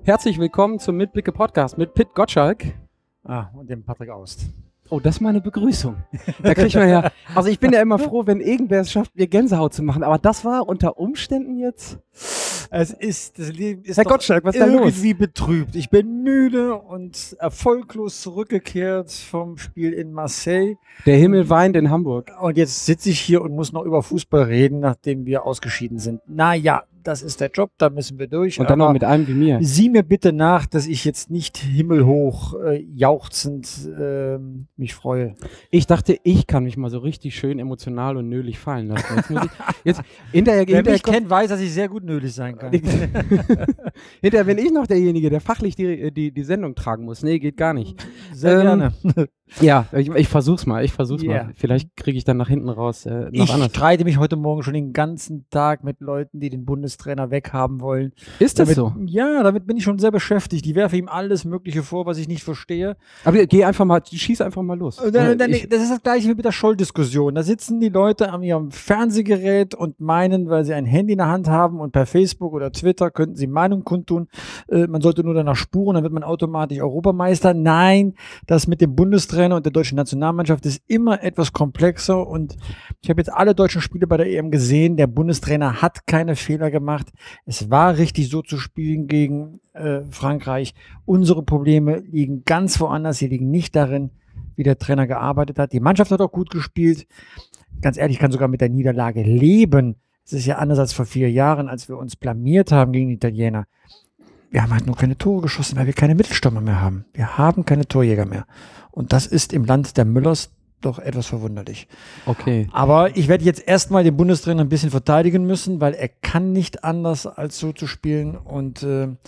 Herzlich willkommen zum Mitblicke Podcast mit Pitt Gottschalk. Und dem Patrick Aust. Oh, das ist meine Begrüßung. Da kriegt man ja, also ich bin ja immer froh, wenn irgendwer es schafft, mir Gänsehaut zu machen, aber das war unter Umständen jetzt... Das Leben ist Herr Gottschalk, was ist da los? Irgendwie betrübt. Ich bin müde und erfolglos zurückgekehrt vom Spiel in Marseille. Der Himmel weint in Hamburg. Und jetzt sitze ich hier und muss noch über Fußball reden, nachdem wir ausgeschieden sind. Naja, das ist der Job, da müssen wir durch. Und dann noch mit einem wie mir. Sieh mir bitte nach, dass ich jetzt nicht himmelhoch jauchzend mich freue. Ich dachte, ich kann mich mal so richtig schön emotional und nölig fallen lassen. Wer mich kennt, weiß, dass ich sehr gut nölig sein kann. Hinterher bin ich noch derjenige, der fachlich die Sendung tragen muss. Nee, geht gar nicht. Sehr gerne. Ja, ich versuch's mal. Mal. Vielleicht kriege ich dann nach hinten raus noch anders. Ich streite mich heute Morgen schon den ganzen Tag mit Leuten, die den Bundestrainer weghaben wollen. Ist das so? Ja, damit bin ich schon sehr beschäftigt. Die werfe ihm alles Mögliche vor, was ich nicht verstehe. Aber schieß einfach mal los. Das ist das Gleiche wie mit der Scholl-Diskussion. Da sitzen die Leute an ihrem Fernsehgerät und meinen, weil sie ein Handy in der Hand haben und per Facebook oder Twitter könnten sie Meinung kundtun. Man sollte nur danach spuren, dann wird man automatisch Europameister. Nein, das mit dem Bundestrainer und der deutschen Nationalmannschaft ist immer etwas komplexer und ich habe jetzt alle deutschen Spiele bei der EM gesehen. Der Bundestrainer hat keine Fehler gemacht. Es war richtig so zu spielen gegen Frankreich. Unsere Probleme liegen ganz woanders. Sie liegen nicht darin, wie der Trainer gearbeitet hat. Die Mannschaft hat auch gut gespielt. Ganz ehrlich, ich kann sogar mit der Niederlage leben. Es ist ja anders als vor 4 Jahren, als wir uns blamiert haben gegen die Italiener. Wir haben halt nur keine Tore geschossen, weil wir keine Mittelstürmer mehr haben. Wir haben keine Torjäger mehr. Und das ist im Land der Müllers doch etwas verwunderlich. Okay. Aber ich werde jetzt erstmal den Bundestrainer ein bisschen verteidigen müssen, weil er kann nicht anders, als so zu spielen. Und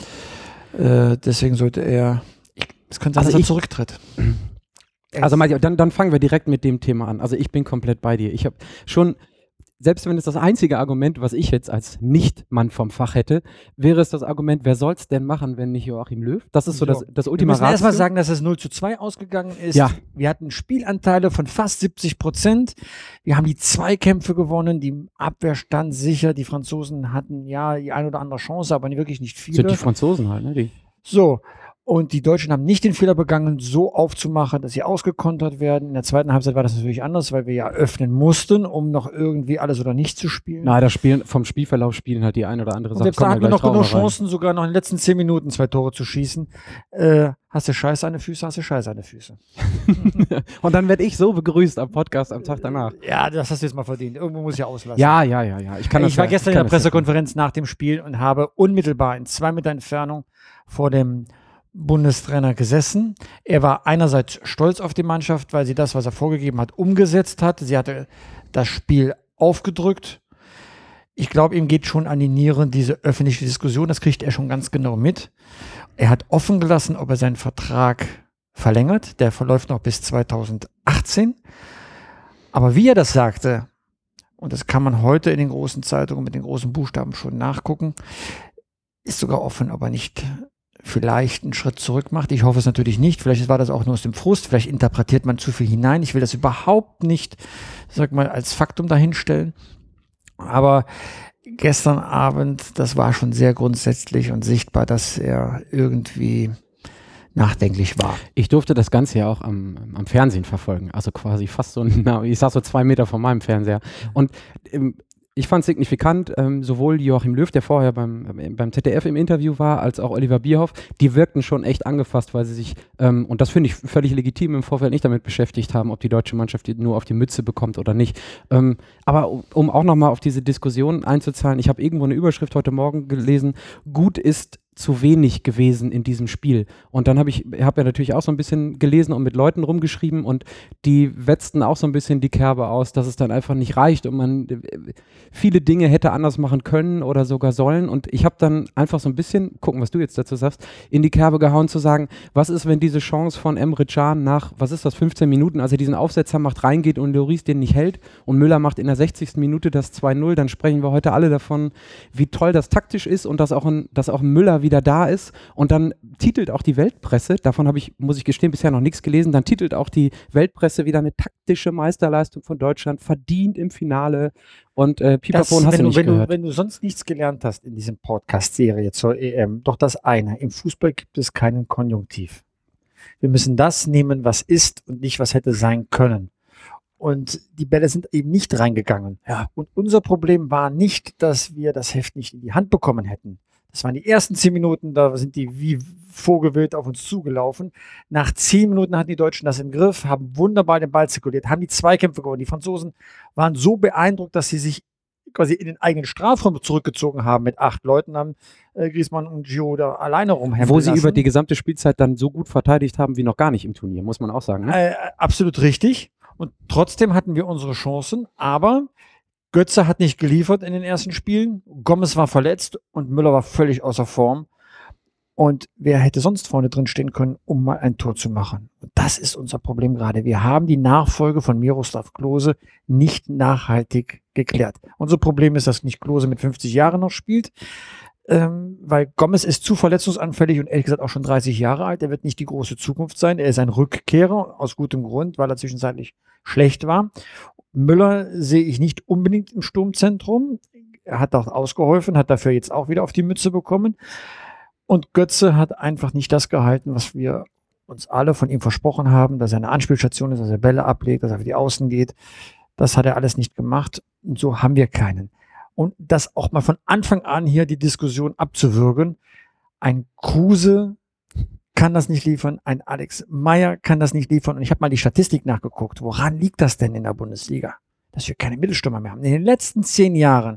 deswegen sollte es könnte sein, dass er zurücktritt. Also dann fangen wir direkt mit dem Thema an. Also ich bin komplett bei dir. Ich habe schon... Selbst wenn es das einzige Argument, was ich jetzt als Nicht-Mann vom Fach hätte, wäre es das Argument, wer soll es denn machen, wenn nicht Joachim Löw? Das ist so das Ultima Ratio. Wir müssen erstmal sagen, dass es 0:2 ausgegangen ist. Ja. Wir hatten Spielanteile von fast 70%. Wir haben die Zweikämpfe gewonnen. Die Abwehr stand sicher. Die Franzosen hatten ja die ein oder andere Chance, aber wirklich nicht viele. Sind die Franzosen halt, ne? So. Und die Deutschen haben nicht den Fehler begangen, so aufzumachen, dass sie ausgekontert werden. In der zweiten Halbzeit war das natürlich anders, weil wir ja öffnen mussten, um noch irgendwie alles oder nichts zu spielen. Na, vom Spielverlauf spielen halt die ein oder andere Sache. Selbst da hatten wir noch genug Chancen, sogar noch in den letzten 10 Minuten 2 Tore zu schießen. Hast du Scheiße an den Füßen, hast du Scheiße an den Füßen. Und dann werde ich so begrüßt am Podcast am Tag danach. Ja, das hast du jetzt mal verdient. Irgendwo muss ich ja auslassen. Ja. Ich war gestern in der Pressekonferenz nach dem Spiel und habe unmittelbar in 2 Meter Entfernung vor dem Bundestrainer gesessen. Er war einerseits stolz auf die Mannschaft, weil sie das, was er vorgegeben hat, umgesetzt hat. Sie hatte das Spiel aufgedrückt. Ich glaube, ihm geht schon an die Nieren diese öffentliche Diskussion. Das kriegt er schon ganz genau mit. Er hat offen gelassen, ob er seinen Vertrag verlängert. Der verläuft noch bis 2018. Aber wie er das sagte, und das kann man heute in den großen Zeitungen mit den großen Buchstaben schon nachgucken, ist sogar offen, ob er nicht vielleicht einen Schritt zurück macht. Ich hoffe es natürlich nicht. Vielleicht war das auch nur aus dem Frust. Vielleicht interpretiert man zu viel hinein. Ich will das überhaupt nicht, als Faktum dahinstellen. Aber gestern Abend, das war schon sehr grundsätzlich und sichtbar, dass er irgendwie nachdenklich war. Ich durfte das Ganze ja auch am Fernsehen verfolgen. Also quasi fast so, ich saß so 2 Meter von meinem Fernseher. Und ich fand es signifikant, sowohl Joachim Löw, der vorher beim ZDF im Interview war, als auch Oliver Bierhoff, die wirkten schon echt angefasst, weil sie sich, und das finde ich völlig legitim, im Vorfeld nicht damit beschäftigt haben, ob die deutsche Mannschaft nur auf die Mütze bekommt oder nicht. Aber um auch nochmal auf diese Diskussion einzuzahlen, ich habe irgendwo eine Überschrift heute Morgen gelesen, gut ist zu wenig gewesen in diesem Spiel. Und dann habe ja natürlich auch so ein bisschen gelesen und mit Leuten rumgeschrieben und die wetzten auch so ein bisschen die Kerbe aus, dass es dann einfach nicht reicht und man viele Dinge hätte anders machen können oder sogar sollen. Und ich habe dann einfach so ein bisschen, gucken, was du jetzt dazu sagst, in die Kerbe gehauen zu sagen, was ist, wenn diese Chance von Emre Can nach, 15 Minuten, als er diesen Aufsetzer macht, reingeht und Lloris den nicht hält und Müller macht in der 60. Minute das 2-0, dann sprechen wir heute alle davon, wie toll das taktisch ist und dass auch ein Müller wieder da ist und dann titelt auch die Weltpresse, davon habe ich, muss ich gestehen, bisher noch nichts gelesen, dann titelt auch die Weltpresse wieder eine taktische Meisterleistung von Deutschland, verdient im Finale und Pipapo hast du nicht gehört. Wenn du sonst nichts gelernt hast in diesem Podcast-Serie zur EM, doch das eine, im Fußball gibt es keinen Konjunktiv. Wir müssen das nehmen, was ist und nicht, was hätte sein können. Und die Bälle sind eben nicht reingegangen. Ja. Und unser Problem war nicht, dass wir das Heft nicht in die Hand bekommen hätten. Das waren die ersten 10 Minuten, da sind die wie vogelwild auf uns zugelaufen. Nach 10 Minuten hatten die Deutschen das im Griff, haben wunderbar den Ball zirkuliert, haben die Zweikämpfe gewonnen. Die Franzosen waren so beeindruckt, dass sie sich quasi in den eigenen Strafraum zurückgezogen haben mit 8 Leuten, haben Griezmann und Giroud da alleine rumhängen Wo sie lassen. über die gesamte Spielzeit dann so gut verteidigt haben wie noch gar nicht im Turnier, muss man auch sagen. Ne? Absolut richtig. Und trotzdem hatten wir unsere Chancen, aber Götze hat nicht geliefert in den ersten Spielen, Gomez war verletzt und Müller war völlig außer Form. Und wer hätte sonst vorne drin stehen können, um mal ein Tor zu machen? Und das ist unser Problem gerade. Wir haben die Nachfolge von Miroslav Klose nicht nachhaltig geklärt. Unser Problem ist, dass nicht Klose mit 50 Jahren noch spielt, weil Gomez ist zu verletzungsanfällig und ehrlich gesagt auch schon 30 Jahre alt. Er wird nicht die große Zukunft sein. Er ist ein Rückkehrer aus gutem Grund, weil er zwischenzeitlich schlecht war. Müller sehe ich nicht unbedingt im Sturmzentrum. Er hat auch ausgeholfen, hat dafür jetzt auch wieder auf die Mütze bekommen. Und Götze hat einfach nicht das gehalten, was wir uns alle von ihm versprochen haben, dass er eine Anspielstation ist, dass er Bälle ablegt, dass er für die Außen geht. Das hat er alles nicht gemacht. Und so haben wir keinen. Und das auch mal von Anfang an hier die Diskussion abzuwürgen. Ein Kruse kann das nicht liefern, ein Alex Meyer kann das nicht liefern. Und ich habe mal die Statistik nachgeguckt. Woran liegt das denn in der Bundesliga? Dass wir keine Mittelstürmer mehr haben. In den letzten 10 Jahren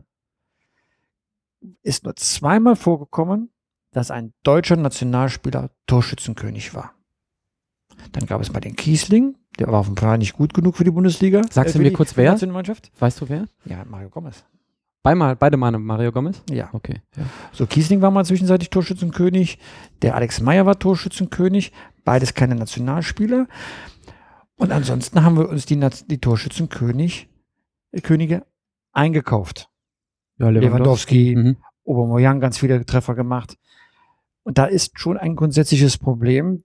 ist nur 2-mal vorgekommen, dass ein deutscher Nationalspieler Torschützenkönig war. Dann gab es mal den Kiesling, der war auf dem Fall nicht gut genug für die Bundesliga. Sagst du mir kurz wer? Nationalmannschaft? Weißt du wer? Ja, Mario Gomez. Beide Male Mario Gomez? Ja. Okay. Ja. So, Kiesling war mal zwischenzeitlich Torschützenkönig, der Alex Meyer war Torschützenkönig, beides keine Nationalspieler. Und ansonsten haben wir uns die Torschützenkönige eingekauft. Ja, Lewandowski, Aubameyang ganz viele Treffer gemacht. Und da ist schon ein grundsätzliches Problem,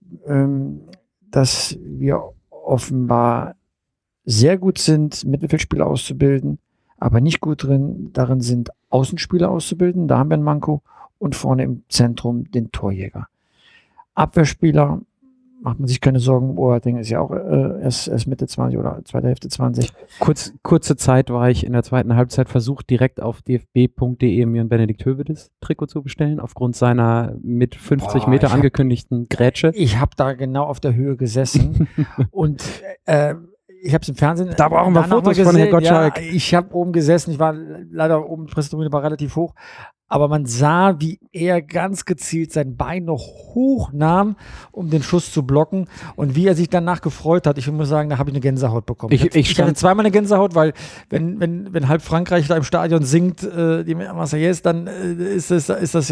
dass wir offenbar sehr gut sind, Mittelfeldspieler auszubilden, aber nicht gut darin sind, Außenspieler auszubilden. Da haben wir ein Manko. Und vorne im Zentrum den Torjäger. Abwehrspieler, macht man sich keine Sorgen. Boateng ist ja auch erst Mitte 20 oder zweite Hälfte 20. Kurze Zeit war ich in der zweiten Halbzeit versucht, direkt auf dfb.de mir ein Benedikt Höwedes Trikot zu bestellen, aufgrund seiner mit 50 Meter angekündigten Grätsche. Ich habe da genau auf der Höhe gesessen und ich habe es im Fernsehen. Da brauchen wir Fotos von Herrn Gottschalk. Ja, ich habe oben gesessen. Ich war leider oben, die Pressetribüne war relativ hoch. Aber man sah, wie er ganz gezielt sein Bein noch hochnahm, um den Schuss zu blocken. Und wie er sich danach gefreut hat. Ich muss sagen, da habe ich eine Gänsehaut bekommen. Ich hatte zweimal eine Gänsehaut, weil wenn halb Frankreich da im Stadion singt, die Marseillaise, dann ist das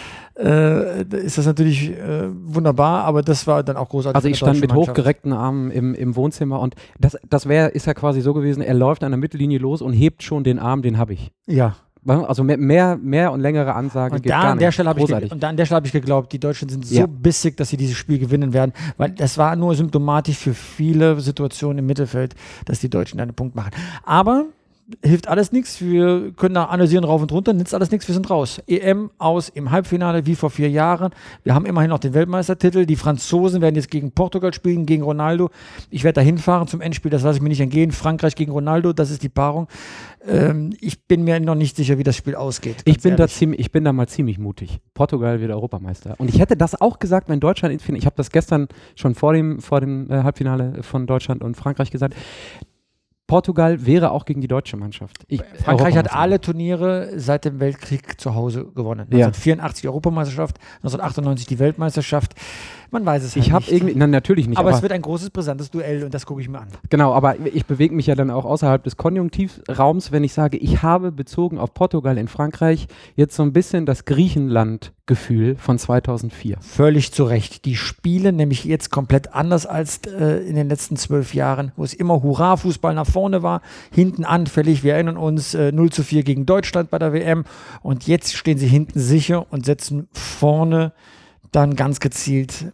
natürlich wunderbar, aber das war dann auch großartig. Also ich stand mit hochgereckten Armen im Wohnzimmer und das ist ja quasi so gewesen, er läuft an der Mittellinie los und hebt schon den Arm, den habe ich. Ja. Also mehr und längere Ansagen geht gar nicht. Und an der Stelle habe ich geglaubt, die Deutschen sind so bissig, dass sie dieses Spiel gewinnen werden, weil das war nur symptomatisch für viele Situationen im Mittelfeld, dass die Deutschen einen Punkt machen. Aber hilft alles nichts. Wir können da analysieren rauf und runter, nützt alles nichts, wir sind raus. EM aus im Halbfinale wie vor 4 Jahren. Wir haben immerhin noch den Weltmeistertitel. Die Franzosen werden jetzt gegen Portugal spielen, gegen Ronaldo. Ich werde da hinfahren zum Endspiel, das lasse ich mir nicht entgehen. Frankreich gegen Ronaldo, das ist die Paarung. Ich bin mir noch nicht sicher, wie das Spiel ausgeht. Ich bin da mal ziemlich mutig. Portugal wird Europameister. Und ich hätte das auch gesagt, wenn Deutschland ins Finale, ich habe das gestern schon vor dem Halbfinale von Deutschland und Frankreich gesagt, Portugal wäre auch gegen die deutsche Mannschaft. Frankreich hat alle Turniere seit dem Weltkrieg zu Hause gewonnen. 1984 die Europameisterschaft, 1998 die Weltmeisterschaft. Man weiß es nicht. Natürlich nicht. Aber es wird ein großes, brisantes Duell und das gucke ich mir an. Genau, aber ich bewege mich ja dann auch außerhalb des Konjunktivraums, wenn ich sage, ich habe bezogen auf Portugal in Frankreich jetzt so ein bisschen das Griechenland-Gefühl von 2004. Völlig zu Recht. Die spielen nämlich jetzt komplett anders als in den letzten 12 Jahren, wo es immer Hurra-Fußball nach vorne vorne war, hinten anfällig. Wir erinnern uns 0-4 gegen Deutschland bei der WM und jetzt stehen sie hinten sicher und setzen vorne dann ganz gezielt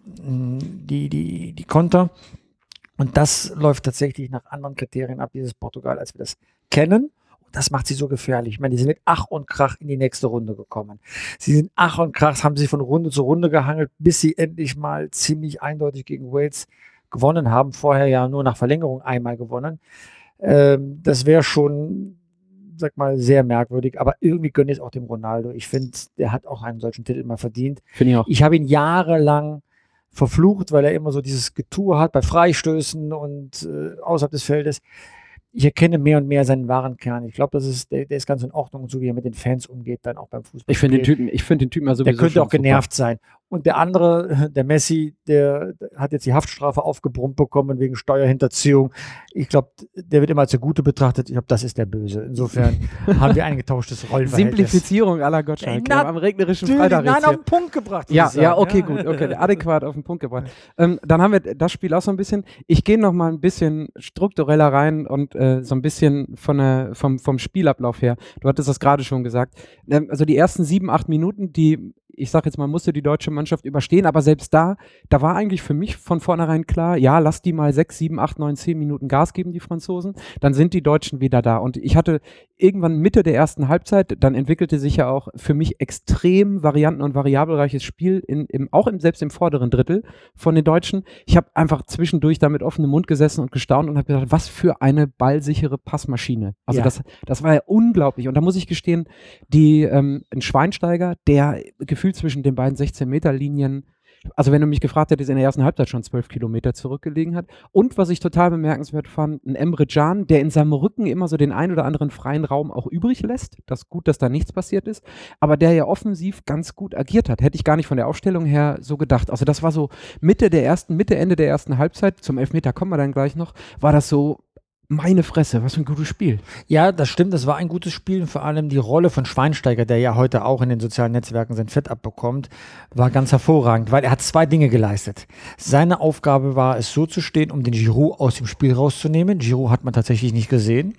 die Konter. Und das läuft tatsächlich nach anderen Kriterien ab, dieses Portugal, als wir das kennen. Und das macht sie so gefährlich. Ich meine, die sind mit Ach und Krach in die nächste Runde gekommen. Sie sind Ach und Krach, haben sich von Runde zu Runde gehangelt, bis sie endlich mal ziemlich eindeutig gegen Wales gewonnen haben. Vorher ja nur nach Verlängerung einmal gewonnen. Das wäre schon, sag mal, sehr merkwürdig. Aber irgendwie gönne ich es auch dem Ronaldo. Ich finde, der hat auch einen solchen Titel mal verdient. Finde ich auch. Ich habe ihn jahrelang verflucht, weil er immer so dieses Getue hat bei Freistößen und außerhalb des Feldes. Ich erkenne mehr und mehr seinen wahren Kern. Ich glaube, der ist ganz in Ordnung, so wie er mit den Fans umgeht, dann auch beim Fußball. Ich finde den Typen also der könnte auch genervt sein. Und der andere, der Messi, der hat jetzt die Haftstrafe aufgebrummt bekommen wegen Steuerhinterziehung. Ich glaube, der wird immer als der Gute betrachtet. Ich glaube, das ist der Böse. Insofern haben wir ein getauschtes Rollenverhältnis. Simplifizierung à la Gottschalk. Am regnerischen Freitag. Nein, auf den Punkt gebracht. Ja, okay, gut. Okay, adäquat auf den Punkt gebracht. Dann haben wir das Spiel auch so ein bisschen. Ich gehe noch mal ein bisschen struktureller rein und so ein bisschen vom Spielablauf her. Du hattest das gerade schon gesagt. Also die ersten 7-8 Minuten, ich sag jetzt mal, musste die deutsche Mannschaft überstehen, aber selbst da war eigentlich für mich von vornherein klar, ja, lass die mal 6, 7, 8, 9, 10 Minuten Gas geben, die Franzosen, dann sind die Deutschen wieder da. Und ich hatte irgendwann Mitte der ersten Halbzeit, dann entwickelte sich ja auch für mich extrem varianten- und variabelreiches Spiel, selbst im vorderen Drittel von den Deutschen. Ich habe einfach zwischendurch da mit offenem Mund gesessen und gestaunt und habe gedacht, was für eine ballsichere Passmaschine. Also ja. Das war ja unglaublich. Und da muss ich gestehen, ein Schweinsteiger, der gefühlt zwischen den beiden 16-Meter-Linien, also wenn du mich gefragt hättest, in der ersten Halbzeit schon 12 Kilometer zurückgelegen hat. Und was ich total bemerkenswert fand, ein Emre Can, der in seinem Rücken immer so den ein oder anderen freien Raum auch übrig lässt. Das ist gut, dass da nichts passiert ist. Aber der ja offensiv ganz gut agiert hat. Hätte ich gar nicht von der Aufstellung her so gedacht. Also das war so Ende der ersten Halbzeit, zum Elfmeter kommen wir dann gleich noch, war das so, meine Fresse, was für ein gutes Spiel. Ja, das stimmt, das war ein gutes Spiel und vor allem die Rolle von Schweinsteiger, der ja heute auch in den sozialen Netzwerken sein Fett abbekommt, war ganz hervorragend, weil er hat 2 Dinge geleistet. Seine Aufgabe war es, so zu stehen, um den Giroud aus dem Spiel rauszunehmen. Giroud hat man tatsächlich nicht gesehen.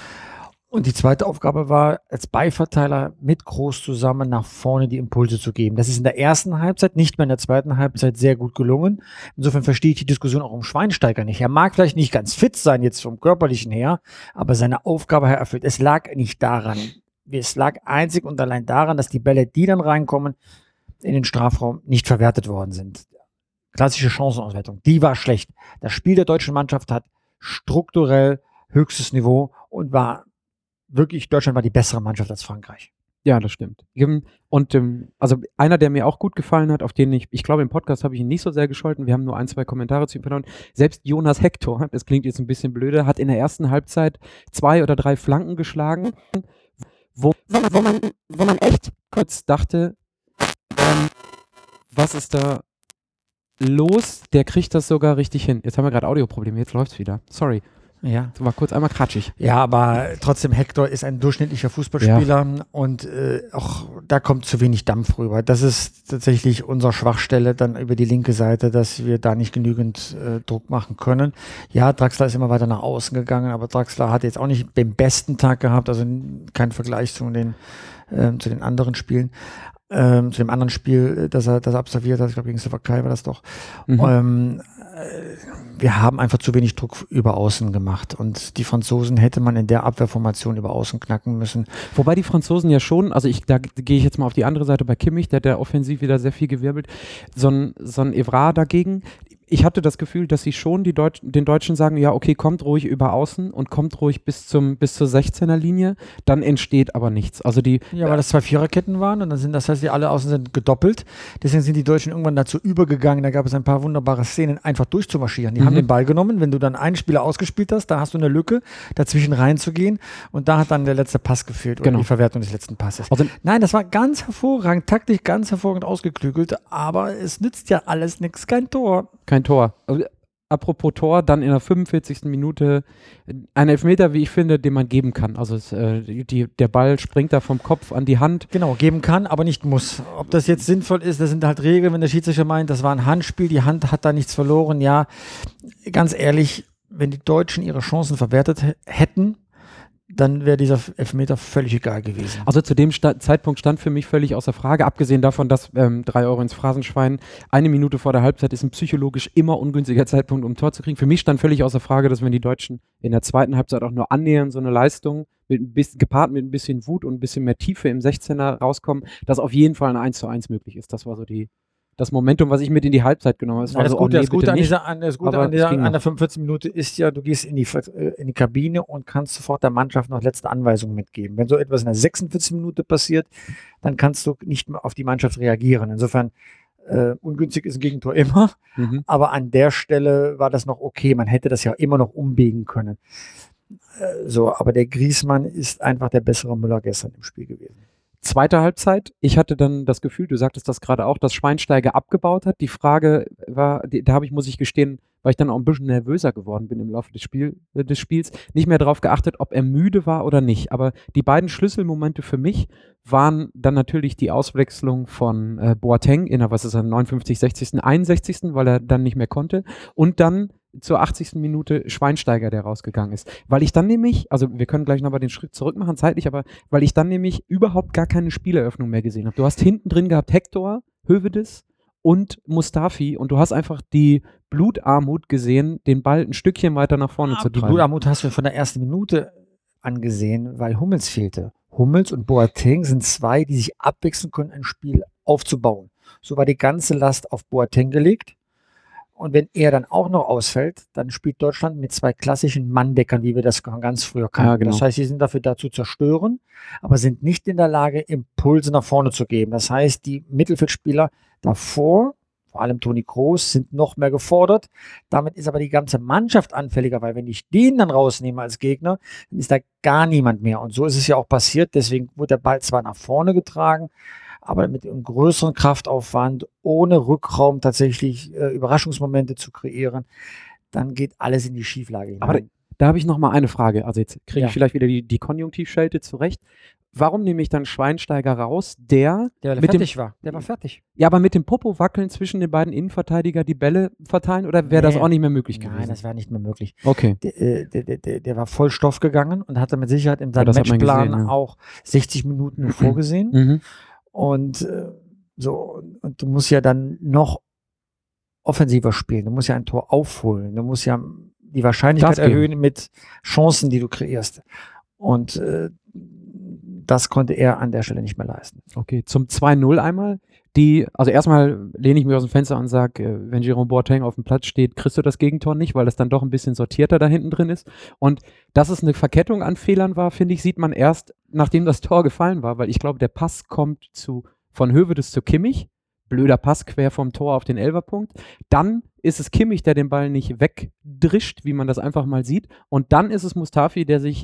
Und die zweite Aufgabe war, als Beiverteiler mit Groß zusammen nach vorne die Impulse zu geben. Das ist in der ersten Halbzeit, nicht mehr in der zweiten Halbzeit sehr gut gelungen. Insofern verstehe ich die Diskussion auch um Schweinsteiger nicht. Er mag vielleicht nicht ganz fit sein, jetzt vom Körperlichen her, aber seine Aufgabe hat er erfüllt. Es lag nicht daran. Es lag einzig und allein daran, dass die Bälle, die dann reinkommen, in den Strafraum nicht verwertet worden sind. Klassische Chancenauswertung, die war schlecht. Das Spiel der deutschen Mannschaft hat strukturell höchstes Niveau und war wirklich, Deutschland war die bessere Mannschaft als Frankreich. Ja, das stimmt. Und also einer, der mir auch gut gefallen hat, auf den ich glaube, im Podcast habe ich ihn nicht so sehr gescholten, wir haben nur 1, 2 Kommentare zu ihm verloren, selbst Jonas Hector, das klingt jetzt ein bisschen blöde, hat in der ersten Halbzeit 2 oder 3 Flanken geschlagen, wo man echt kurz dachte, was ist da los? Der kriegt das sogar richtig hin. Jetzt haben wir gerade Audioprobleme, jetzt läuft's wieder. Sorry. Ja. Das war kurz einmal kratschig. Ja, aber trotzdem, Hector ist ein durchschnittlicher Fußballspieler und auch da kommt zu wenig Dampf rüber. Das ist tatsächlich unsere Schwachstelle dann über die linke Seite, dass wir da nicht genügend Druck machen können. Ja, Draxler ist immer weiter nach außen gegangen, aber Draxler hat jetzt auch nicht den besten Tag gehabt, also kein Vergleich zu den anderen Spielen. Zu dem anderen Spiel, das er absolviert hat, ich glaube gegen Slowakei war das doch. Wir haben einfach zu wenig Druck über Außen gemacht und die Franzosen hätte man in der Abwehrformation über Außen knacken müssen. Wobei die Franzosen ja schon, also da gehe ich jetzt mal auf die andere Seite bei Kimmich, der hat ja offensiv wieder sehr viel gewirbelt, so ein Evra dagegen. Ich hatte das Gefühl, dass sie schon den Deutschen sagen, ja okay, kommt ruhig über Außen und kommt ruhig bis zur 16er Linie, dann entsteht aber nichts. Also weil das 2 Viererketten waren und das heißt, die alle Außen sind gedoppelt. Deswegen sind die Deutschen irgendwann dazu übergegangen, da gab es ein paar wunderbare Szenen, einfach durchzumarschieren. Die haben den Ball genommen, wenn du dann einen Spieler ausgespielt hast, da hast du eine Lücke, dazwischen reinzugehen und da hat dann der letzte Pass gefehlt oder die Verwertung des letzten Passes. Also, nein, das war ganz hervorragend, taktisch ganz hervorragend ausgeklügelt, aber es nützt ja alles nichts, kein Tor. Kein Tor. Also, apropos Tor, dann in der 45. Minute ein Elfmeter, wie ich finde, den man geben kann. Also der Ball springt da vom Kopf an die Hand. Genau, geben kann, aber nicht muss. Ob das jetzt sinnvoll ist, das sind halt Regeln, wenn der Schiedsrichter meint, das war ein Handspiel, die Hand hat da nichts verloren. Ja, ganz ehrlich, wenn die Deutschen ihre Chancen verwertet hätten, dann wäre dieser Elfmeter völlig egal gewesen. Also zu dem Zeitpunkt stand für mich völlig außer Frage, abgesehen davon, dass 3 Euro ins Phrasenschwein, 1 Minute vor der Halbzeit ist ein psychologisch immer ungünstiger Zeitpunkt, um ein Tor zu kriegen. Für mich stand völlig außer Frage, dass wenn die Deutschen in der zweiten Halbzeit auch nur annähernd so eine Leistung gepaart mit ein bisschen Wut und ein bisschen mehr Tiefe im 16er rauskommen, dass auf jeden Fall ein 1:1 möglich ist. Das war so das Momentum, was ich mit in die Halbzeit genommen habe. Das Gute an der 45. Minute ist ja, du gehst in die Kabine und kannst sofort der Mannschaft noch letzte Anweisungen mitgeben. Wenn so etwas in der 46. Minute passiert, dann kannst du nicht mehr auf die Mannschaft reagieren. Insofern, ungünstig ist ein Gegentor immer, aber an der Stelle war das noch okay. Man hätte das ja immer noch umbiegen können. Aber der Griezmann ist einfach der bessere Müller gestern im Spiel gewesen. Zweite Halbzeit, ich hatte dann das Gefühl, du sagtest das gerade auch, dass Schweinsteiger abgebaut hat. Die Frage war, muss ich gestehen, weil ich dann auch ein bisschen nervöser geworden bin im Laufe des Spiels, nicht mehr darauf geachtet, ob er müde war oder nicht. Aber die beiden Schlüsselmomente für mich waren dann natürlich die Auswechslung von Boateng in der 59., 60., 61., weil er dann nicht mehr konnte, und dann zur 80. Minute Schweinsteiger, der rausgegangen ist. Weil ich dann nämlich, also wir können gleich nochmal den Schritt zurück machen, zeitlich, aber weil ich dann nämlich überhaupt gar keine Spieleröffnung mehr gesehen habe. Du hast hinten drin gehabt Hector, Höwedes und Mustafi, und du hast einfach die Blutarmut gesehen, den Ball ein Stückchen weiter nach vorne zu treiben. Die Blutarmut hast du von der ersten Minute angesehen, weil Hummels fehlte. Hummels und Boateng sind zwei, die sich abwechseln können, ein Spiel aufzubauen. So war die ganze Last auf Boateng gelegt. Und wenn er dann auch noch ausfällt, dann spielt Deutschland mit zwei klassischen Manndeckern, wie wir das ganz früher kannten. Ja, genau. Das heißt, sie sind dafür da zu zerstören, aber sind nicht in der Lage, Impulse nach vorne zu geben. Das heißt, die Mittelfeldspieler davor, vor allem Toni Kroos, sind noch mehr gefordert. Damit ist aber die ganze Mannschaft anfälliger, weil wenn ich den dann rausnehme als Gegner, dann ist da gar niemand mehr. Und so ist es ja auch passiert. Deswegen wurde der Ball zwar nach vorne getragen, aber mit einem größeren Kraftaufwand, ohne Rückraum tatsächlich Überraschungsmomente zu kreieren, dann geht alles in die Schieflage hinein. Aber da habe ich noch mal eine Frage. Also jetzt kriege ich vielleicht wieder die Konjunktivschelte zurecht. Warum nehme ich dann Schweinsteiger raus, der fertig war? Der war fertig. Ja, aber mit dem Popo wackeln zwischen den beiden Innenverteidiger die Bälle verteilen, oder wäre das auch nicht mehr möglich gewesen? Nein, das wäre nicht mehr möglich. Okay. Der war voll Stoff gegangen und hatte mit Sicherheit in seinem Matchplan auch 60 Minuten vorgesehen. Und und du musst ja dann noch offensiver spielen. Du musst ja ein Tor aufholen. Du musst ja die Wahrscheinlichkeit erhöhen mit Chancen, die du kreierst. Und das konnte er an der Stelle nicht mehr leisten. Okay, zum 2:0 einmal. Also erstmal lehne ich mich aus dem Fenster und sage, wenn Jerome Boateng auf dem Platz steht, kriegst du das Gegentor nicht, weil das dann doch ein bisschen sortierter da hinten drin ist. Und dass es eine Verkettung an Fehlern war, finde ich, sieht man erst, nachdem das Tor gefallen war, weil ich glaube, der Pass kommt von Höwedes zu Kimmich. Blöder Pass quer vom Tor auf den Elferpunkt. Dann ist es Kimmich, der den Ball nicht wegdrischt, wie man das einfach mal sieht. Und dann ist es Mustafi, der sich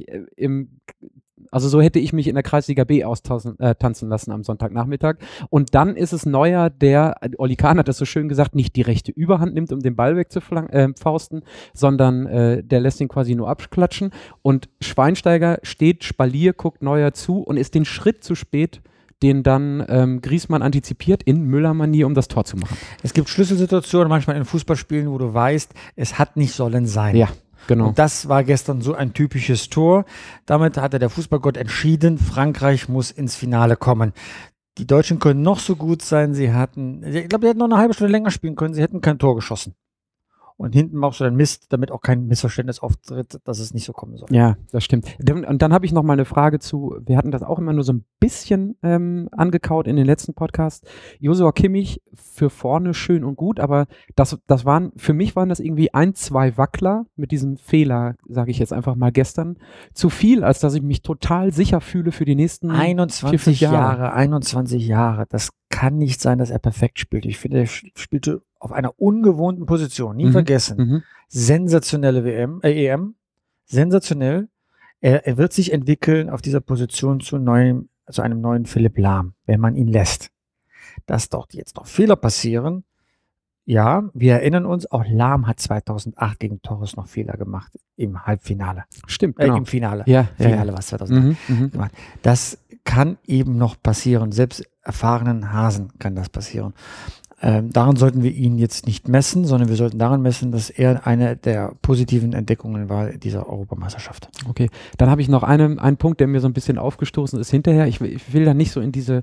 also so hätte ich mich in der Kreisliga B tanzen lassen am Sonntagnachmittag. Und dann ist es Neuer, Oli Kahn hat das so schön gesagt, nicht die rechte Überhand nimmt, um den Ball wegzufausten, sondern der lässt ihn quasi nur abklatschen. Und Schweinsteiger steht Spalier, guckt Neuer zu und ist den Schritt zu spät, den dann Griezmann antizipiert in Müller-Manier, um das Tor zu machen. Es gibt Schlüsselsituationen manchmal in Fußballspielen, wo du weißt, es hat nicht sollen sein. Ja. Genau. Und das war gestern so ein typisches Tor. Damit hatte der Fußballgott entschieden, Frankreich muss ins Finale kommen. Die Deutschen können noch so gut sein, ich glaube, die hätten noch eine halbe Stunde länger spielen können, sie hätten kein Tor geschossen. Und hinten machst du dann Mist, damit auch kein Missverständnis auftritt, dass es nicht so kommen soll. Ja, das stimmt. Und dann habe ich noch mal eine Frage wir hatten das auch immer nur so ein bisschen angekaut in den letzten Podcasts. Joshua Kimmich für vorne schön und gut, aber für mich waren das irgendwie 1-2 Wackler mit diesem Fehler, sage ich jetzt einfach mal gestern, zu viel, als dass ich mich total sicher fühle für die nächsten 21 Jahre. Das kann nicht sein, dass er perfekt spielt. Ich finde, er spielte auf einer ungewohnten Position. Nie vergessen. Sensationelle EM. Sensationell. Er wird sich entwickeln auf dieser Position zu einem neuen Philipp Lahm, wenn man ihn lässt. Dass doch jetzt noch Fehler passieren. Ja, wir erinnern uns, auch Lahm hat 2008 gegen Torres noch Fehler gemacht im Halbfinale. Stimmt, genau. Im Finale. Finale war es 2008 gemacht. Das kann eben noch passieren. Selbst erfahrenen Hasen kann das passieren. Daran sollten wir ihn jetzt nicht messen, sondern wir sollten daran messen, dass er eine der positiven Entdeckungen war dieser Europameisterschaft. Okay, dann habe ich noch einen Punkt, der mir so ein bisschen aufgestoßen ist hinterher. Ich will da nicht so in diese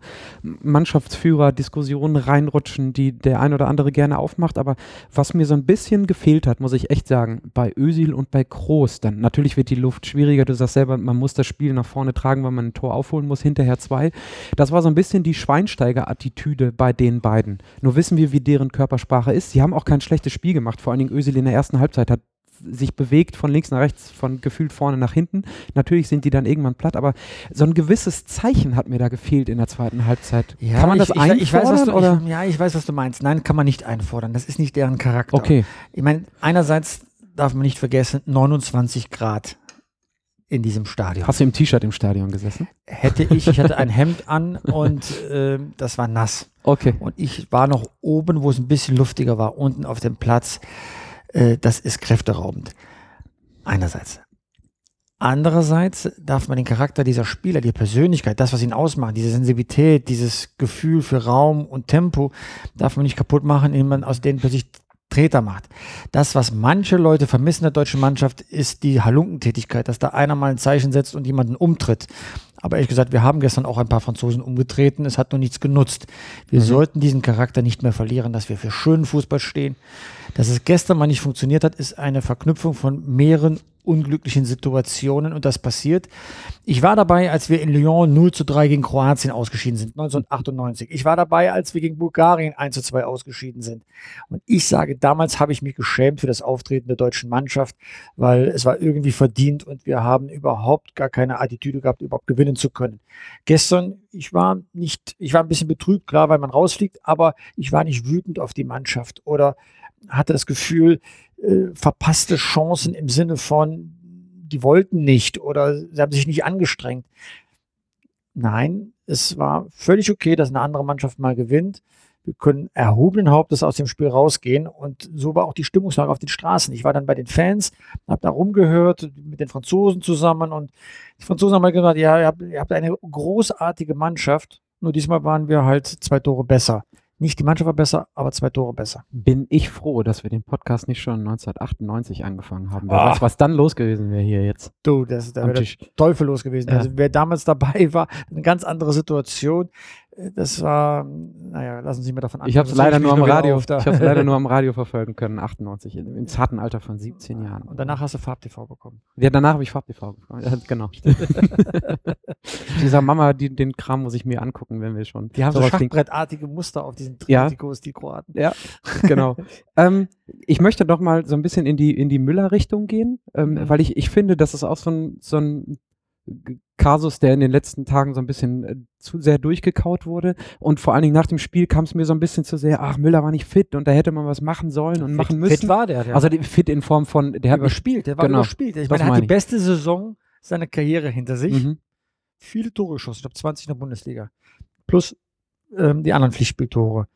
Mannschaftsführer-Diskussionen reinrutschen, die der ein oder andere gerne aufmacht, aber was mir so ein bisschen gefehlt hat, muss ich echt sagen, bei Özil und bei Kroos, dann natürlich wird die Luft schwieriger, du sagst selber, man muss das Spiel nach vorne tragen, weil man ein Tor aufholen muss, hinterher 2. Das war so ein bisschen die Schweinsteiger-Attitüde bei den beiden. Nur wissen wir, wie deren Körpersprache ist. Sie haben auch kein schlechtes Spiel gemacht. Vor allen Dingen Özil in der ersten Halbzeit hat sich bewegt von links nach rechts, von gefühlt vorne nach hinten. Natürlich sind die dann irgendwann platt, aber so ein gewisses Zeichen hat mir da gefehlt in der zweiten Halbzeit. Ja, kann man das einfordern? Ich weiß, was du meinst. Nein, kann man nicht einfordern. Das ist nicht deren Charakter. Okay. Ich meine, einerseits darf man nicht vergessen, 29 Grad in diesem Stadion. Hast du im T-Shirt im Stadion gesessen? Ich hatte ein Hemd an und das war nass. Okay. Und ich war noch oben, wo es ein bisschen luftiger war, unten auf dem Platz. Das ist kräfteraubend. Einerseits. Andererseits darf man den Charakter dieser Spieler, die Persönlichkeit, das, was ihn ausmacht, diese Sensibilität, dieses Gefühl für Raum und Tempo, darf man nicht kaputt machen, indem man aus denen plötzlich Treter macht. Das, was manche Leute vermissen in der deutschen Mannschaft, ist die Halunkentätigkeit, dass da einer mal ein Zeichen setzt und jemanden umtritt. Aber ehrlich gesagt, wir haben gestern auch ein paar Franzosen umgetreten, es hat nur nichts genutzt. Wir sollten diesen Charakter nicht mehr verlieren, dass wir für schönen Fußball stehen. Dass es gestern mal nicht funktioniert hat, ist eine Verknüpfung von mehreren unglücklichen Situationen und das passiert. Ich war dabei, als wir in Lyon 0:3 gegen Kroatien ausgeschieden sind, 1998. Ich war dabei, als wir gegen Bulgarien 1:2 ausgeschieden sind. Und ich sage, damals habe ich mich geschämt für das Auftreten der deutschen Mannschaft, weil es war irgendwie verdient und wir haben überhaupt gar keine Attitüde gehabt, überhaupt gewinnen zu können. Gestern, ich war ein bisschen betrübt, klar, weil man rausfliegt, aber ich war nicht wütend auf die Mannschaft oder hatte das Gefühl, verpasste Chancen im Sinne von, die wollten nicht oder sie haben sich nicht angestrengt. Nein, es war völlig okay, dass eine andere Mannschaft mal gewinnt. Wir können erhobenen Hauptes aus dem Spiel rausgehen und so war auch die Stimmungslage auf den Straßen. Ich war dann bei den Fans, habe da rumgehört mit den Franzosen zusammen und die Franzosen haben mal gesagt, ja, ihr habt eine großartige Mannschaft, nur diesmal waren wir halt 2 Tore besser. Nicht die Mannschaft war besser, aber 2 Tore besser. Bin ich froh, dass wir den Podcast nicht schon 1998 angefangen haben. Wer weiß, was dann los gewesen wäre hier jetzt. Du, da wäre der Teufel los gewesen. Ja. Also wer damals dabei war, eine ganz andere Situation. Das war, naja, lassen Sie mich davon an. Ich habe es leider nur am Radio verfolgen können, 98, im zarten Alter von 17 Jahren. Und danach hast du Farb-TV bekommen. Ja, danach habe ich Farb-TV bekommen. Ja, genau. Dieser Mama, den Kram muss ich mir angucken, wenn wir schon. Die haben so schachbrettartige Muster auf diesen Trikots, die Kroaten. Ja, genau. Ich möchte doch mal so ein bisschen in die Müller-Richtung gehen, weil ich finde, das ist auch so ein Kasus, der in den letzten Tagen so ein bisschen zu sehr durchgekaut wurde und vor allen Dingen nach dem Spiel kam es mir so ein bisschen zu sehr, Müller war nicht fit und da hätte man was machen sollen und machen müssen. Fit war der. Also fit in Form von, der hat überspielt, der war überspielt. Ich meine, er hat die beste Saison seiner Karriere hinter sich. Viele Tore geschossen, ich glaube 20 in der Bundesliga. Plus die anderen Pflichtspieltore.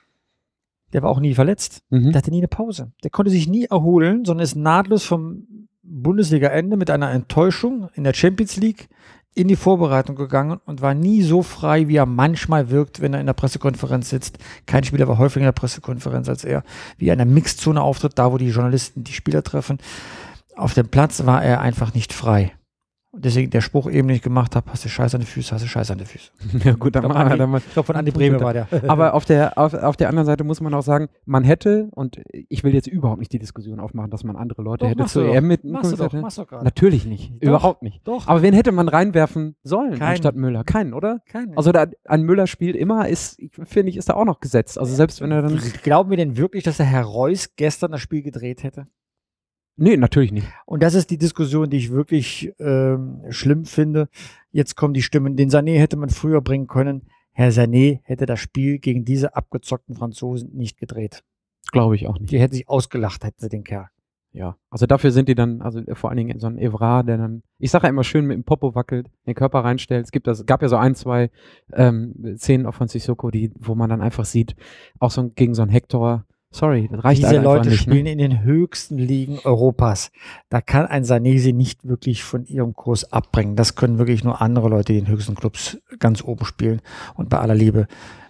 Der war auch nie verletzt. Der hatte nie eine Pause. Der konnte sich nie erholen, sondern ist nahtlos vom Bundesliga-Ende mit einer Enttäuschung in der Champions League in die Vorbereitung gegangen und war nie so frei, wie er manchmal wirkt, wenn er in der Pressekonferenz sitzt. Kein Spieler war häufiger in der Pressekonferenz als er, wie er in der Mixzone auftritt, da wo die Journalisten die Spieler treffen. Auf dem Platz war er einfach nicht frei. Und deswegen der Spruch eben, den ich gemacht habe, hast du Scheiß an die Füße, hast du Scheiß an die Füße. Ja gut, dann machen wir dann mal. Ich glaube, von Andi Brehme war der. Aber auf der anderen Seite muss man auch sagen, man hätte, und ich will jetzt überhaupt nicht die Diskussion aufmachen, dass man andere Leute hätte zur EM mitnehmen. Machst du doch. Natürlich nicht, überhaupt nicht. Doch. Aber wen hätte man reinwerfen sollen anstatt Müller? Keinen, oder? Keinen. Also ein Müller spielt immer, finde ich, ist da auch noch gesetzt. Also selbst wenn er dann... Glauben wir denn wirklich, dass der Herr Reus gestern das Spiel gedreht hätte? Nee, natürlich nicht. Und das ist die Diskussion, die ich wirklich schlimm finde. Jetzt kommen die Stimmen. Den Sané hätte man früher bringen können. Herr Sané hätte das Spiel gegen diese abgezockten Franzosen nicht gedreht. Glaube ich auch nicht. Die hätten sich ausgelacht, hätten sie den Kerl. Ja, also dafür sind die dann, also vor allen Dingen so ein Evra, der dann, ich sage ja immer schön mit dem Popo wackelt, den Körper reinstellt. Es gab ja so 1, 2 Szenen auch von Sissoko, wo man dann einfach sieht, auch so gegen so einen Hector. Sorry, das reicht Diese einfach Leute nicht. spielen in den höchsten Ligen Europas. Da kann ein Sané sie nicht wirklich von ihrem Kurs abbringen. Das können wirklich nur andere Leute, die in den höchsten Clubs ganz oben spielen. Und bei aller Liebe,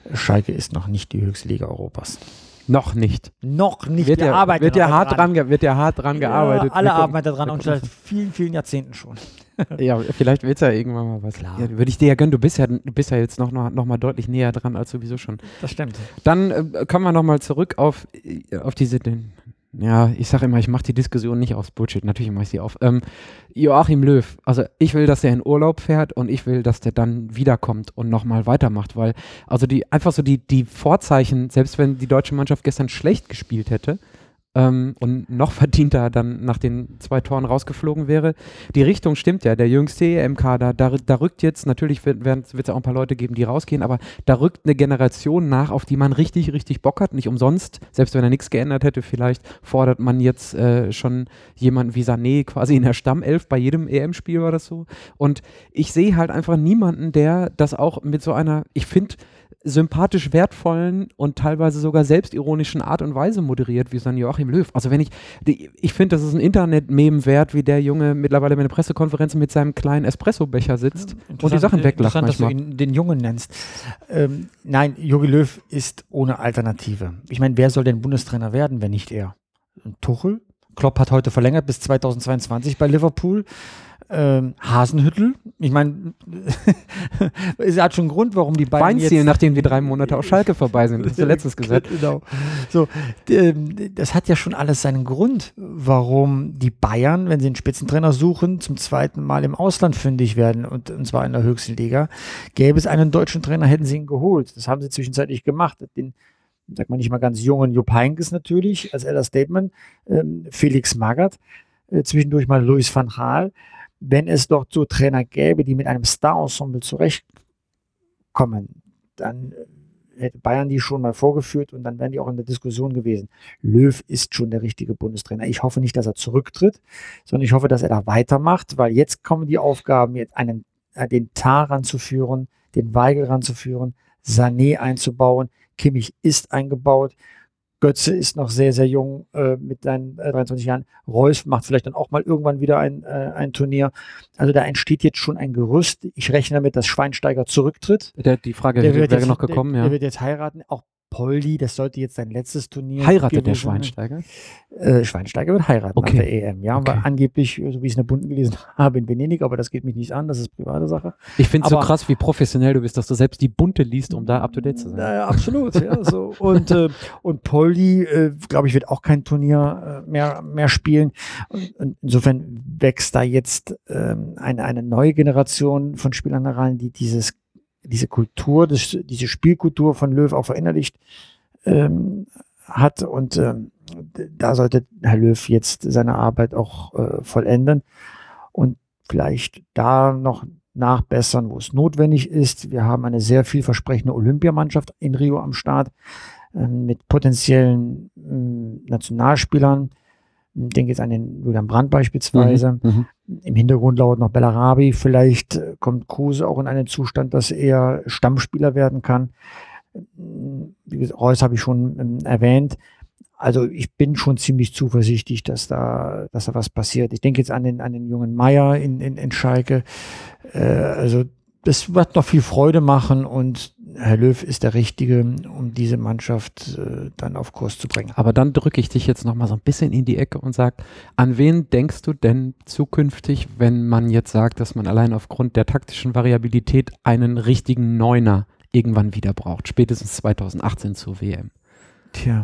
Schalke ist noch nicht die höchste Liga Europas. Noch nicht. Noch nicht. Wird ja hart dran gearbeitet. Alle arbeiten daran und seit vielen, vielen Jahrzehnten schon. Ja, vielleicht wird es ja irgendwann mal was. Ja, würde ich dir ja gönnen. Du bist ja jetzt noch mal deutlich näher dran als sowieso schon. Das stimmt. Dann kommen wir noch mal zurück auf diese... Ja, ich sage immer, ich mache die Diskussion nicht aufs Bullshit. Natürlich mache ich sie auf. Joachim Löw, also ich will, dass der in Urlaub fährt und ich will, dass der dann wiederkommt und nochmal weitermacht, weil also die Vorzeichen, selbst wenn die deutsche Mannschaft gestern schlecht gespielt hätte, und noch verdienter dann nach den 2 Toren rausgeflogen wäre. Die Richtung stimmt ja, der jüngste EM-Kader, da rückt jetzt, natürlich wird es auch ein paar Leute geben, die rausgehen, aber da rückt eine Generation nach, auf die man richtig, richtig Bock hat. Nicht umsonst, selbst wenn er nichts geändert hätte, vielleicht fordert man jetzt schon jemanden wie Sané quasi in der Stammelf, bei jedem EM-Spiel war das so. Und ich sehe halt einfach niemanden, der das auch mit so einer, ich finde, sympathisch wertvollen und teilweise sogar selbstironischen Art und Weise moderiert, wie so ein Joachim Löw. Also ich finde, das ist ein Internet-Meme wert, wie der Junge mittlerweile bei einer Pressekonferenz mit seinem kleinen Espresso-Becher sitzt und die Sachen weglacht manchmal. Interessant, dass du ihn den Jungen nennst. Nein, Jogi Löw ist ohne Alternative. Ich meine, wer soll denn Bundestrainer werden, wenn nicht er? Tuchel? Klopp hat heute verlängert bis 2022 bei Liverpool. Hasenhüttl, ich meine, es hat schon einen Grund, warum die beiden Weinziel, nachdem die 3 Monate auf Schalke vorbei sind, das hast du letztes gesagt. Genau. So, das hat ja schon alles seinen Grund, warum die Bayern, wenn sie einen Spitzentrainer suchen, zum 2. Mal im Ausland fündig werden und zwar in der höchsten Liga. Gäbe es einen deutschen Trainer, hätten sie ihn geholt. Das haben sie zwischenzeitlich gemacht. Den, sagt man nicht mal ganz jungen Jupp Heynckes natürlich, als Elder Statement, Felix Magath, zwischendurch mal Louis van Gaal. Wenn es dort so Trainer gäbe, die mit einem Star-Ensemble zurechtkommen, dann hätte Bayern die schon mal vorgeführt und dann wären die auch in der Diskussion gewesen. Löw ist schon der richtige Bundestrainer. Ich hoffe nicht, dass er zurücktritt, sondern ich hoffe, dass er da weitermacht, weil jetzt kommen die Aufgaben, jetzt den Tah ranzuführen, den Weigl ranzuführen, Sané einzubauen. Kimmich ist eingebaut. Götze ist noch sehr, sehr jung mit seinen 23 Jahren. Reus macht vielleicht dann auch mal irgendwann wieder ein Turnier. Also da entsteht jetzt schon ein Gerüst. Ich rechne damit, dass Schweinsteiger zurücktritt. Die Frage wäre noch gekommen, ja. Der wird jetzt heiraten. Auch Poldi, das sollte jetzt sein letztes Turnier. Heiratet der Schweinsteiger? Schweinsteiger wird heiraten nach der EM, ja. Okay. Weil angeblich, so wie ich es in der Bunten gelesen habe, in Venedig, aber das geht mich nicht an, das ist private Sache. Ich finde es so krass, wie professionell du bist, dass du selbst die Bunte liest, um da up to date zu sein. Ja, absolut, ja. So. Und Poldi, glaube ich, wird auch kein Turnier mehr spielen. Und insofern wächst da jetzt eine neue Generation von Spielern herein, die diese Kultur, diese Spielkultur von Löw auch verinnerlicht hat und da sollte Herr Löw jetzt seine Arbeit auch vollenden und vielleicht da noch nachbessern, wo es notwendig ist. Wir haben eine sehr vielversprechende Olympiamannschaft in Rio am Start mit potenziellen Nationalspielern. Ich denke jetzt an den Julian Brandt beispielsweise. Im Hintergrund lauert noch Bellarabi. Vielleicht kommt Kruse auch in einen Zustand, dass er Stammspieler werden kann. Reus habe ich schon erwähnt. Also ich bin schon ziemlich zuversichtlich, dass da was passiert. Ich denke jetzt an den jungen Meier in Schalke. Also das wird noch viel Freude machen und Herr Löw ist der Richtige, um diese Mannschaft dann auf Kurs zu bringen. Aber dann drücke ich dich jetzt noch mal so ein bisschen in die Ecke und sage, an wen denkst du denn zukünftig, wenn man jetzt sagt, dass man allein aufgrund der taktischen Variabilität einen richtigen Neuner irgendwann wieder braucht, spätestens 2018 zur WM? Tja,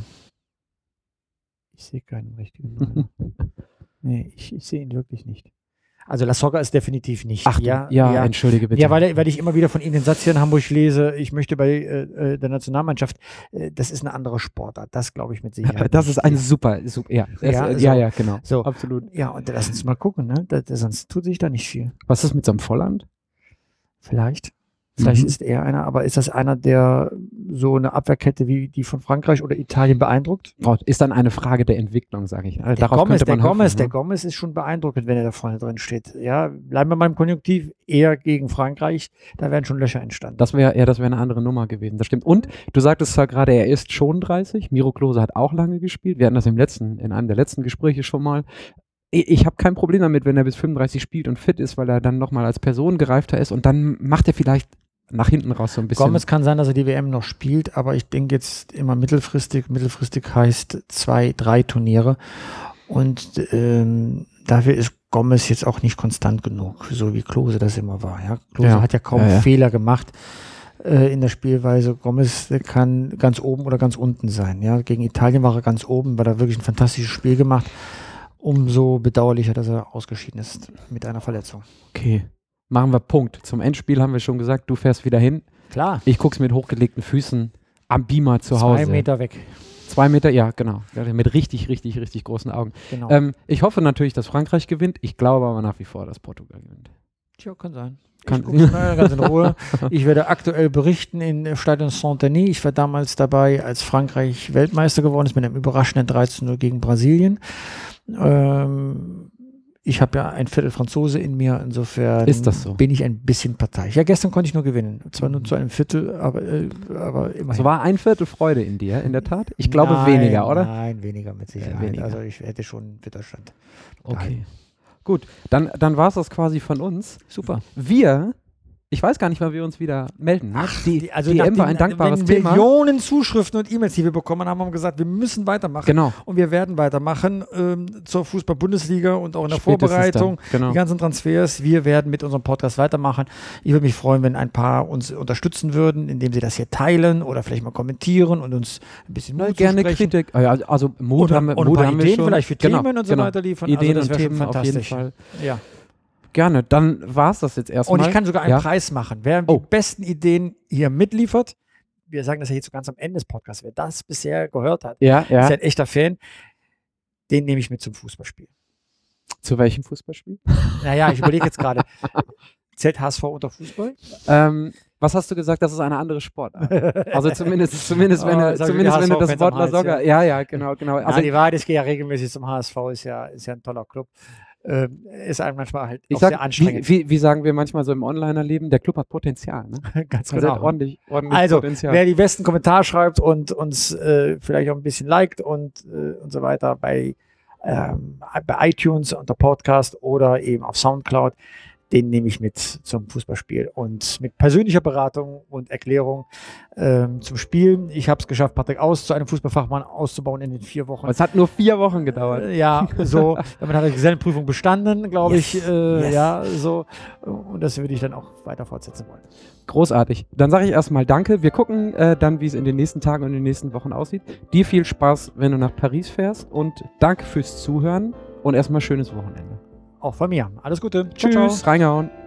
ich sehe keinen richtigen Neuner. Nee, ich sehe ihn wirklich nicht. Also Lasogga ist definitiv nicht. Ach, ja, entschuldige bitte. Ja, weil ich immer wieder von Ihnen den Satz hier in Hamburg lese, ich möchte bei der Nationalmannschaft, das ist eine andere Sportart. Das glaube ich mit Sicherheit. Das ist ein super, ja. Ja, genau. So, absolut. Ja, und lass uns mal gucken, ne? Sonst tut sich da nicht viel. Was ist mit so einem Volland? Vielleicht ist er einer, aber ist das einer, der so eine Abwehrkette wie die von Frankreich oder Italien beeindruckt? Oh, ist dann eine Frage der Entwicklung, sage ich. Also der Gomez ist schon beeindruckend, wenn er da vorne drin steht. Ja, bleiben wir mal im Konjunktiv, eher gegen Frankreich, da wären schon Löcher entstanden. Das wäre eine andere Nummer gewesen, das stimmt. Und du sagtest zwar gerade, er ist schon 30, Miro Klose hat auch lange gespielt, wir hatten das in einem der letzten Gespräche schon mal. Ich habe kein Problem damit, wenn er bis 35 spielt und fit ist, weil er dann nochmal als Person gereifter ist und dann macht er vielleicht nach hinten raus so ein bisschen. Gomez kann sein, dass er die WM noch spielt, aber ich denke jetzt immer mittelfristig. Mittelfristig heißt 2-3 Turniere. Und dafür ist Gomez jetzt auch nicht konstant genug, so wie Klose das immer war. Ja? Klose hat ja kaum Fehler gemacht in der Spielweise. Gomez kann ganz oben oder ganz unten sein. Ja? Gegen Italien war er ganz oben, weil er wirklich ein fantastisches Spiel gemacht. Umso bedauerlicher, dass er ausgeschieden ist mit einer Verletzung. Okay, machen wir Punkt. Zum Endspiel haben wir schon gesagt, du fährst wieder hin. Klar. Ich gucke es mit hochgelegten Füßen am Beamer zu Hause. 2 Meter weg. 2 Meter, ja, genau. Mit richtig, richtig, richtig großen Augen. Genau. Ich hoffe natürlich, dass Frankreich gewinnt. Ich glaube aber nach wie vor, dass Portugal gewinnt. Tja, kann sein. Ich gucke ganz in Ruhe. Ich werde aktuell berichten in Stadion Saint-Denis. Ich war damals dabei, als Frankreich Weltmeister geworden ist mit einem überraschenden 13-0 gegen Brasilien. Ich habe ja ein Viertel Franzose in mir, insofern ist das so? Bin ich ein bisschen parteiisch. Ja, gestern konnte ich nur gewinnen. Zwar nur zu einem Viertel, aber immerhin. So war ein Viertel Freude in dir, in der Tat? Ich glaube weniger, oder? Nein, weniger mit Sicherheit. Weniger. Also ich hätte schon Widerstand. Okay. Gut, dann war es das quasi von uns. Super. Ich weiß gar nicht, wann wir uns wieder melden. Ne? Ach, die EM war ein dankbares Thema. Millionen Zuschriften und E-Mails, die wir bekommen haben, haben gesagt, wir müssen weitermachen. Genau. Und wir werden weitermachen zur Fußball-Bundesliga und auch in der Vorbereitung. Genau. Die ganzen Transfers. Wir werden mit unserem Podcast weitermachen. Ich würde mich freuen, wenn ein paar uns unterstützen würden, indem sie das hier teilen oder vielleicht mal kommentieren und uns ein bisschen Mut gerne zusprechen. Kritik. Also Mut haben wir, und ein paar Mut Ideen schon. vielleicht für Themen und so weiter liefern. Ideen also das und wäre Themen schon auf jeden fantastisch. Fall. Ja. Gerne, dann war es das jetzt erstmal. Und ich kann sogar einen Preis machen. Wer die besten Ideen hier mitliefert, wir sagen das ja jetzt so ganz am Ende des Podcasts, wer das bisher gehört hat, ist ein echter Fan, den nehme ich mit zum Fußballspiel. Zu welchem Fußballspiel? Naja, ich überlege jetzt gerade, zählt HSV unter Fußball? Was hast du gesagt, das ist eine andere Sportart? Also zumindest wenn du das Wort Lasogga, ja, genau. Also die Wahrheit ist, ich gehe ja regelmäßig zum HSV, ist ja ein toller Club. Ist einem manchmal halt auch sehr anstrengend. Wie sagen wir manchmal so im Onliner-Leben, der Club hat Potenzial. Ne? Ganz genau. Ordentlich also, Potenzial. Wer die besten Kommentar schreibt und uns vielleicht auch ein bisschen liked und so weiter bei iTunes unter Podcast oder eben auf Soundcloud, den nehme ich mit zum Fußballspiel und mit persönlicher Beratung und Erklärung zum Spielen. Ich habe es geschafft, Patrick zu einem Fußballfachmann auszubauen in den 4 Wochen. Es hat nur 4 Wochen gedauert. Ja, so. Damit hat er die Gesellenprüfung bestanden, glaube ich. Ja, so. Und das würde ich dann auch weiter fortsetzen wollen. Großartig. Dann sage ich erstmal Danke. Wir gucken dann, wie es in den nächsten Tagen und in den nächsten Wochen aussieht. Dir viel Spaß, wenn du nach Paris fährst und danke fürs Zuhören und erstmal schönes Wochenende. Auch von mir. Alles Gute. Tschüss. Ciao, ciao. Reingehauen.